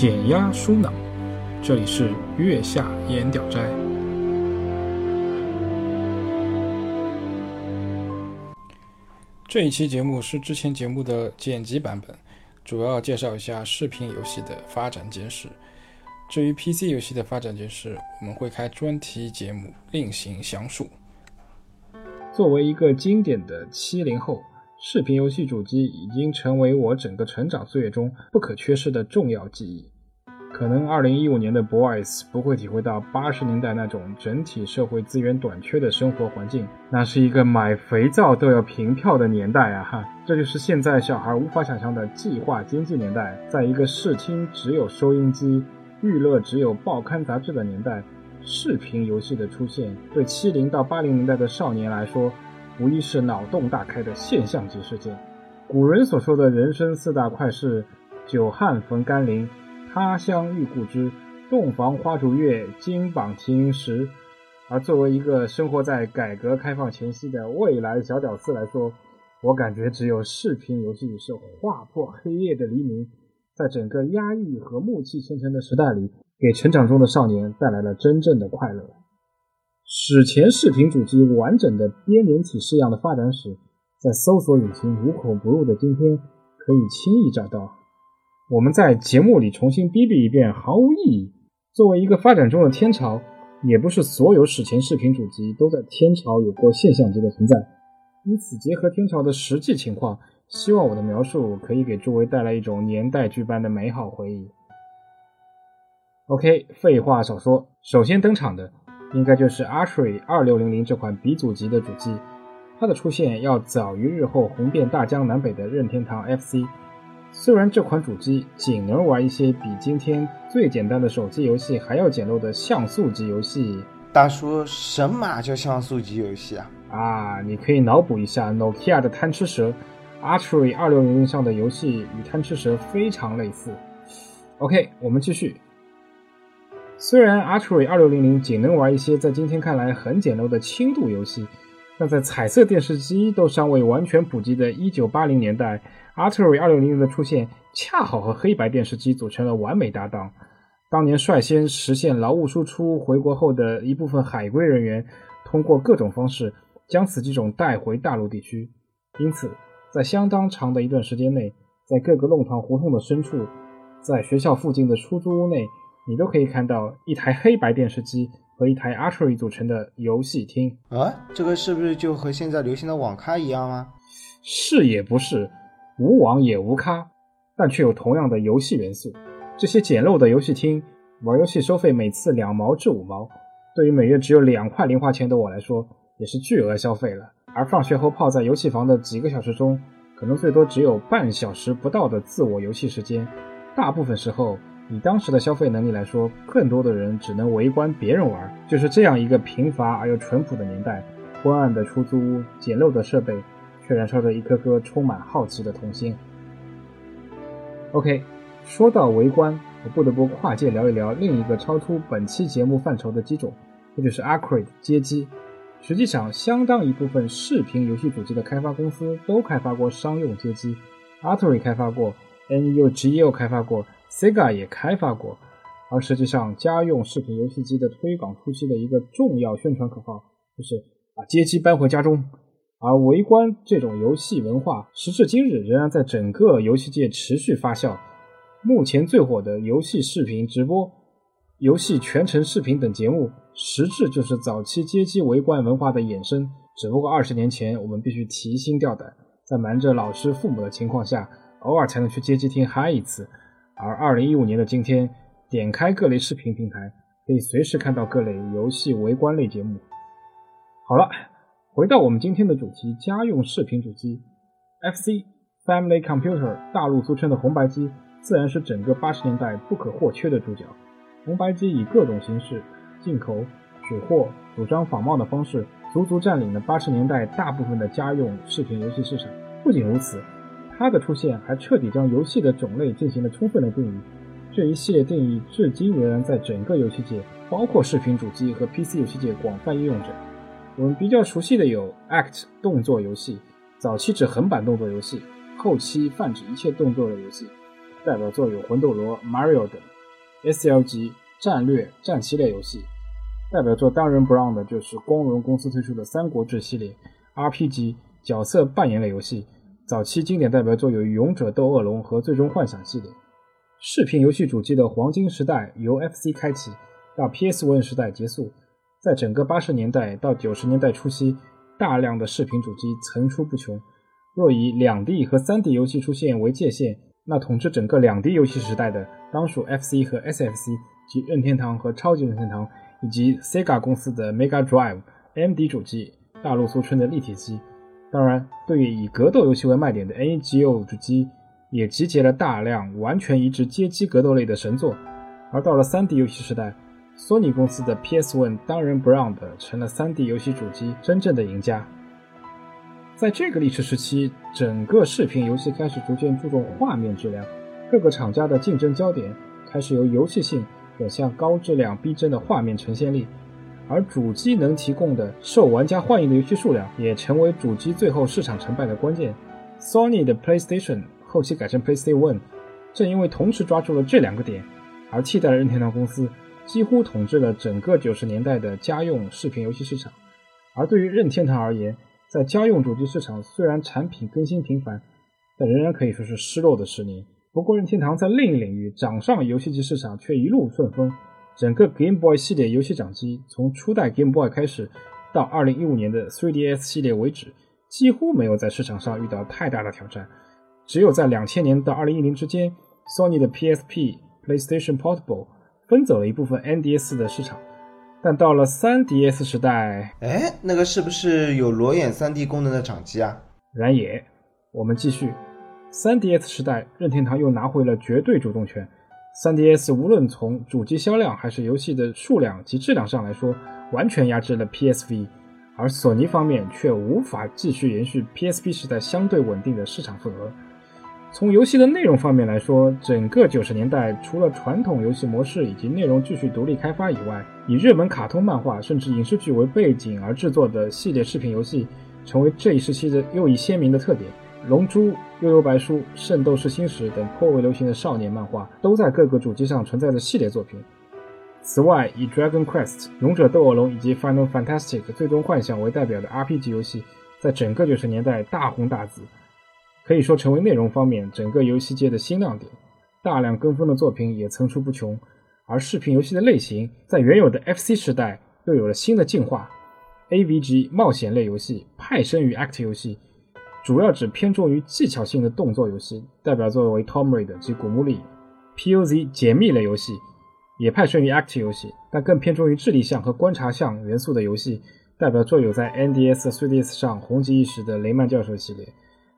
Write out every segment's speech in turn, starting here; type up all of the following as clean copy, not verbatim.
减压舒脑。这里是月下眼屌斋。这一期节目是之前节目的剪辑版本，主要介绍一下视频游戏的发展简史。至于 PC 游戏的发展简史，我们会开专题节目另行详述。作为一个经典的70后，视频游戏主机已经成为我整个成长岁月中不可缺失的重要记忆。可能2015年的 Boys 不会体会到80年代那种整体社会资源短缺的生活环境，那是一个买肥皂都要凭票的年代啊哈！这就是现在小孩无法想象的计划经济年代。在一个视听只有收音机、娱乐只有报刊杂志的年代，视频游戏的出现对70到80年代的少年来说，无疑是脑洞大开的现象级事件。古人所说的人生4大快事，久旱逢甘霖，他乡遇故知，洞房花烛夜，金榜题名时。而作为一个生活在改革开放前夕的未来小屌丝来说，我感觉只有视频游戏是划破黑夜的黎明，在整个压抑和暮气沉沉的时代里，给成长中的少年带来了真正的快乐。史前视频主机完整的编年体式样的发展史，在搜索引擎无孔不入的今天可以轻易找到。我们在节目里重新逼逼一遍毫无意义。作为一个发展中的天朝，也不是所有史前视频主机都在天朝有过现象级的存在。因此结合天朝的实际情况，希望我的描述可以给诸位带来一种年代剧般的美好回忆。OK， 废话少说，首先登场的应该就是 Atari 2600这款鼻祖级的主机。它的出现要早于日后红遍大江南北的任天堂 FC。虽然这款主机仅能玩一些比今天最简单的手机游戏还要简陋的像素级游戏。 大叔，什么叫像素级游戏啊？ 你可以脑补一下 Nokia 的贪吃蛇， Atari 2600上的游戏与贪吃蛇非常类似。 OK， 我们继续。虽然 Atari 2600仅能玩一些在今天看来很简陋的轻度游戏，但在彩色电视机都尚未完全普及的1980年代， Atari 2600的出现恰好和黑白电视机组成了完美搭档。当年率先实现劳务输出回国后的一部分海归人员，通过各种方式将此机种带回大陆地区。因此在相当长的一段时间内，在各个弄堂胡同的深处，在学校附近的出租屋内，你都可以看到一台黑白电视机和一台 Atari 组成的游戏厅。 这个是不是就和现在流行的网咖一样吗？ 是也不是，无网也无咖，但却有同样的游戏元素。这些简陋的游戏厅，玩游戏收费每次2毛至5毛，对于每月只有2块零花钱的我来说，也是巨额消费了。而放学后泡在游戏房的几个小时中，可能最多只有半小时不到的自我游戏时间。大部分时候，以当时的消费能力来说，更多的人只能围观别人玩。就是这样一个贫乏而又淳朴的年代，昏暗的出租屋，简陋的设备，却燃烧着一颗颗充满好奇的童心。OK， 说到围观，我不得不跨界聊一聊另一个超出本期节目范畴的机种，这就是 Arcade 街机。实际上，相当一部分视频游戏主机的开发公司都开发过商用街机， Atari 开发过， NEO、GEO 开发过， Sega 也开发过。而实际上，家用视频游戏机的推广初期的一个重要宣传口号就是把街机搬回家中。而围观这种游戏文化，时至今日仍然在整个游戏界持续发酵。目前最火的游戏视频直播、游戏全程视频等节目，实质就是早期街机围观文化的衍生。只不过20年前我们必须提心吊胆，在瞒着老师父母的情况下，偶尔才能去街机厅嗨一次。而2015年的今天，点开各类视频平台，可以随时看到各类游戏围观类节目。好了，回到我们今天的主题，家用视频主机。 FC Family Computer 大陆俗称的红白机，自然是整个80年代不可或缺的主角。红白机以各种形式，进口、水货、主张仿冒的方式，足足占领了80年代大部分的家用视频游戏市场。不仅如此，它的出现还彻底将游戏的种类进行了充分的定义。这一系列定义至今仍然在整个游戏界，包括视频主机和 PC 游戏界广泛应用着。我们比较熟悉的有 ACT 动作游戏，早期指横版动作游戏，后期泛指一切动作的游戏，代表作有魂斗罗、Mario 等。 SL 级战略战棋类游戏，代表作当仁不让的就是光荣公司推出的三国志系列 RPG 角色扮演类游戏，早期经典代表作有勇者斗恶龙和最终幻想系列。视频游戏主机的黄金时代由 FC 开启，到 PS1 时代结束，在整个80年代到90年代初期，大量的视频主机层出不穷。若以 2D 和 3D 游戏出现为界限，那统治整个 2D 游戏时代的当属 FC 和 SFC 及任天堂和超级任天堂，以及 Sega 公司的 Mega Drive、MD 主机，大陆俗称的立体机。当然，对于以格斗游戏为卖点的 NEGO 主机，也集结了大量完全移植街机格斗类的神作。而到了 3D 游戏时代，索尼公司的 PS1 当仁不让的成了 3D 游戏主机真正的赢家。在这个历史时期，整个视频游戏开始逐渐注重画面质量，各个厂家的竞争焦点开始由游戏性转向高质量逼真的画面呈现力，而主机能提供的受玩家欢迎的游戏数量也成为主机最后市场成败的关键。 Sony 的 PlayStation 后期改成 PlayStation 1， 正因为同时抓住了这两个点，而替代了任天堂公司，几乎统治了整个90年代的家用视频游戏市场。而对于任天堂而言，在家用主机市场虽然产品更新频繁，但仍然可以说是失落的10年。不过任天堂在另一领域掌上游戏机市场却一路顺风，整个 Game Boy 系列游戏掌机从初代 Game Boy 开始，到2015年的 3DS 系列为止，几乎没有在市场上遇到太大的挑战。只有在2000年到2010之间， Sony 的 PSP、PlayStation Portable 分走了一部分 NDS 的市场。但到了 3DS 时代， 那个是不是有裸眼 3D 功能的掌机啊？ 然也。我们继续。 3DS 时代，任天堂又拿回了绝对主动权。 3DS 无论从主机销量还是游戏的数量及质量上来说，完全压制了 PSV， 而索尼方面却无法继续延续 PSP 时代相对稳定的市场份额。从游戏的内容方面来说，整个90年代除了传统游戏模式以及内容继续独立开发以外，以热门卡通漫画甚至影视剧为背景而制作的系列视频游戏成为这一时期的又一鲜明的特点。龙珠、悠悠白书、圣斗士星矢等颇为流行的少年漫画都在各个主机上存在着系列作品。此外，以 Dragon Quest、勇者斗恶龙以及 Final Fantastic 最终幻想为代表的 RPG 游戏在整个90年代大红大紫，可以说成为内容方面整个游戏界的新亮点。大量跟风的作品也层出不穷，而视频游戏的类型在原有的 FC 时代又有了新的进化。 AVG 冒险类游戏派生于 ACT 游戏，主要只偏重于技巧性的动作游戏，代表作为 Tomb Raider 及古墓丽。 POZ 解密类游戏也派生于 ACT 游戏，但更偏重于智力项和观察项元素的游戏，代表作有在 NDS、3DS 上红极一时的雷曼教授系列。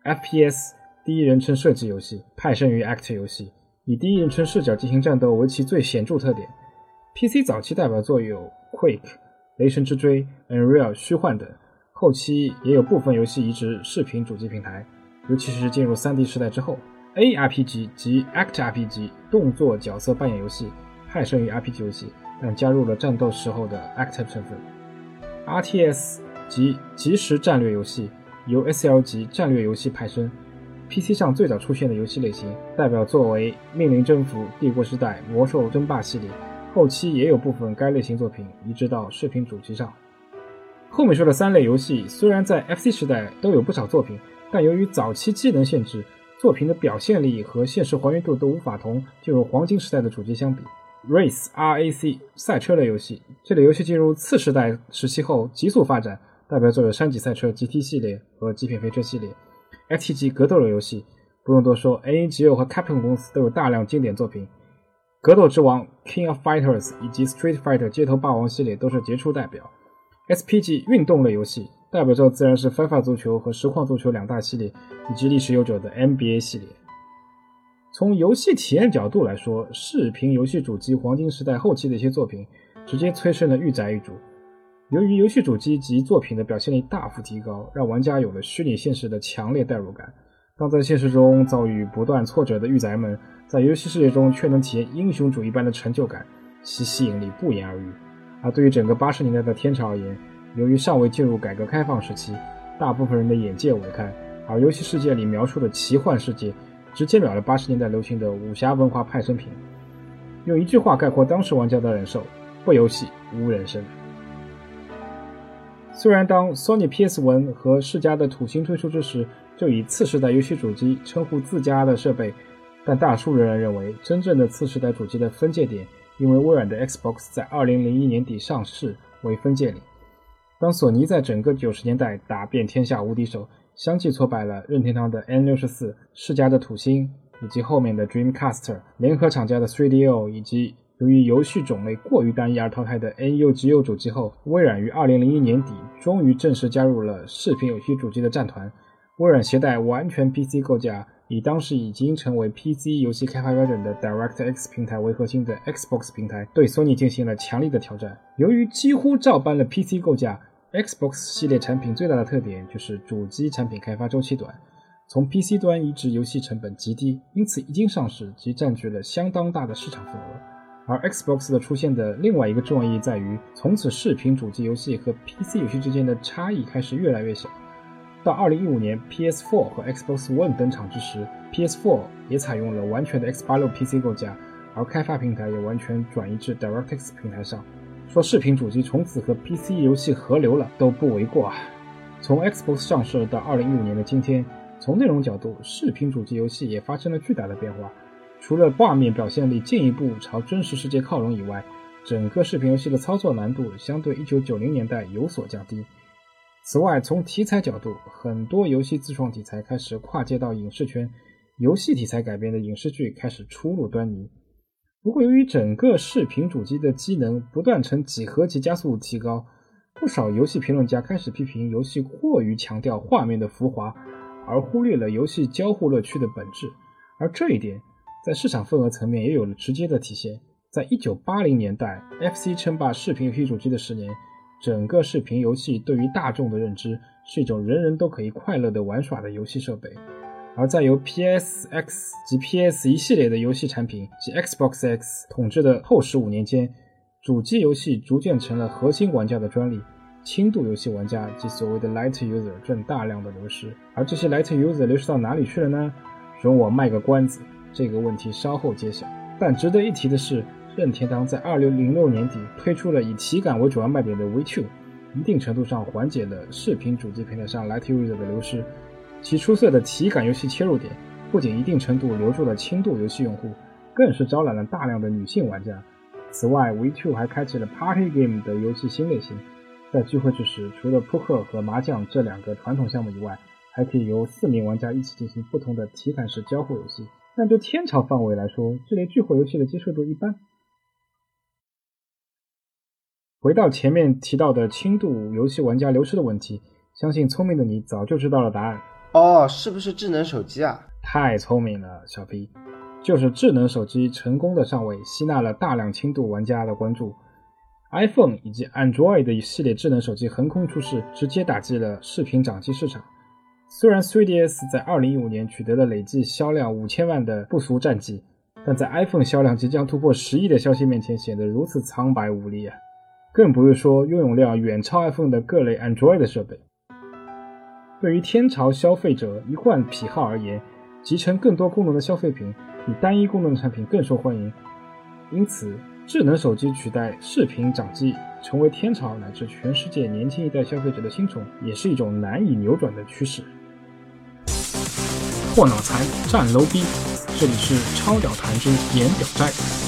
FPS 第一人称射击游戏派生于 ACT 游戏，以第一人称视角进行战斗为其最显著特点。 PC 早期代表作有 Quake、雷神之锥、Unreal 虚幻等，后期也有部分游戏移植视频主机平台，尤其是进入 3D 时代之后。 ARPG 及 ACT RPG 动作角色扮演游戏派生于 RPG 游戏，但加入了战斗时候的 ACT 成分。 RTS 及即时战略游戏由 SL 级战略游戏派生， PC 上最早出现的游戏类型代表作为命令征服、帝国时代、魔兽争霸系列，后期也有部分该类型作品移植到视频主机上。后面说的3类游戏虽然在 FC 时代都有不少作品，但由于早期机能限制，作品的表现力和现实还原度都无法同进入黄金时代的主机相比。 RAC 赛车类游戏，这类游戏进入次世代时期后急速发展，代表作有山脊赛车 GT 系列和极品飞车系列。 FTG 格斗类游戏不用多说， NEGO 和 Capcom 公司都有大量经典作品，格斗之王 King of Fighters 以及 Street Fighter 街头霸王系列都是杰出代表。 SPG 运动类游戏代表作自然是 FIFA 足球和实况足球2大系列，以及历史悠久的 NBA 系列。从游戏体验角度来说，视频游戏主机黄金时代后期的一些作品直接催生了御宅一主。由于游戏主机及作品的表现力大幅提高，让玩家有了虚拟现实的强烈代入感。当在现实中遭遇不断挫折的御宅们，在游戏世界中却能体验英雄主义般的成就感，其吸引力不言而喻。而对于整个80年代的天朝而言，由于尚未进入改革开放时期，大部分人的眼界未开，而游戏世界里描述的奇幻世界直接秒了80年代流行的武侠文化派生品。 用一句话概括当时玩家的感受：不游戏无人生。虽然当 Sony PS1 和世嘉的土星推出之时，就以次世代游戏主机称呼自家的设备，但大数人认为真正的次世代主机的分界点，因为微软的 Xbox 在2001年底上市为分界岭。当索尼在整个90年代打遍天下无敌手，相继挫败了任天堂的 N64、世嘉的土星以及后面的 Dreamcast、联合厂家的 3DO 以及由于游戏种类过于单一而淘汰的 NU 主机后，微软于2001年底终于正式加入了视频游戏主机的战团。微软携带完全 PC 构架，以当时已经成为 PC 游戏开发标准的 DirectX 平台为核心的 Xbox 平台，对 Sony 进行了强力的挑战。由于几乎照搬了 PC 构架， Xbox 系列产品最大的特点就是主机产品开发周期短，从 PC 端移植游戏成本极低，因此一经上市即占据了相当大的市场份额。而 Xbox 的出现的另外一个重要意义在于，从此视频主机游戏和 PC 游戏之间的差异开始越来越小。到2015年 PS4 和 Xbox One 登场之时， PS4 也采用了完全的 X86 PC 构架，而开发平台也完全转移至 DirectX 平台上。说视频主机从此和 PC 游戏合流了都不为过啊。从 Xbox 上市到2015年的今天，从内容角度，视频主机游戏也发生了巨大的变化。除了画面表现力进一步朝真实世界靠拢以外，整个视频游戏的操作难度相对1990年代有所降低。此外，从题材角度，很多游戏自创题材开始跨界到影视圈，游戏题材改编的影视剧开始初露端倪。不过由于整个视频主机的机能不断呈几何级加速提高，不少游戏评论家开始批评游戏过于强调画面的浮华，而忽略了游戏交互乐趣的本质。而这一点在市场份额层面也有了直接的体现。在1980年代 FC 称霸视频游戏主机的10年，整个视频游戏对于大众的认知是一种人人都可以快乐地玩耍的游戏设备。而在由 PSX 及 PS1 系列的游戏产品及 Xbox X 统治的后15年间，主机游戏逐渐成了核心玩家的专利，轻度游戏玩家及所谓的 Light User 正大量的流失。而这些 Light User 流失到哪里去了呢？容我卖个关子，这个问题稍后揭晓。但值得一提的是，任天堂在2006年底推出了以体感为主要卖点的 Wii 2， 一定程度上缓解了视频主机平台上 Light User 的流失。其出色的体感游戏切入点不仅一定程度留住了轻度游戏用户，更是招揽了大量的女性玩家。此外 Wii 2还开启了 Party Game 的游戏新类型，在聚会之时，除了扑克和麻将这两个传统项目以外，还可以由4名玩家一起进行不同的体感式交互游戏。但就天朝范围来说，这类聚会游戏的接受度一般。回到前面提到的轻度游戏玩家流失的问题，相信聪明的你早就知道了答案。 是不是智能手机啊？ 太聪明了，小 P， 就是智能手机成功的上位，吸纳了大量轻度玩家的关注。iPhone 以及 Android 的系列智能手机横空出世，直接打击了视频掌机市场。虽然 3DS 在2015年取得了累计销量5000万的不俗战绩，但在 iPhone 销量即将突破10亿的消息面前显得如此苍白无力啊！更不用说拥有量远超 iPhone 的各类 Android 设备。对于天朝消费者一贯癖好而言，集成更多功能的消费品比单一功能的产品更受欢迎。因此，智能手机取代视频掌机成为天朝乃至全世界年轻一代消费者的新宠，也是一种难以扭转的趋势。破脑残站 low 逼，这里是超屌谈之言表斋。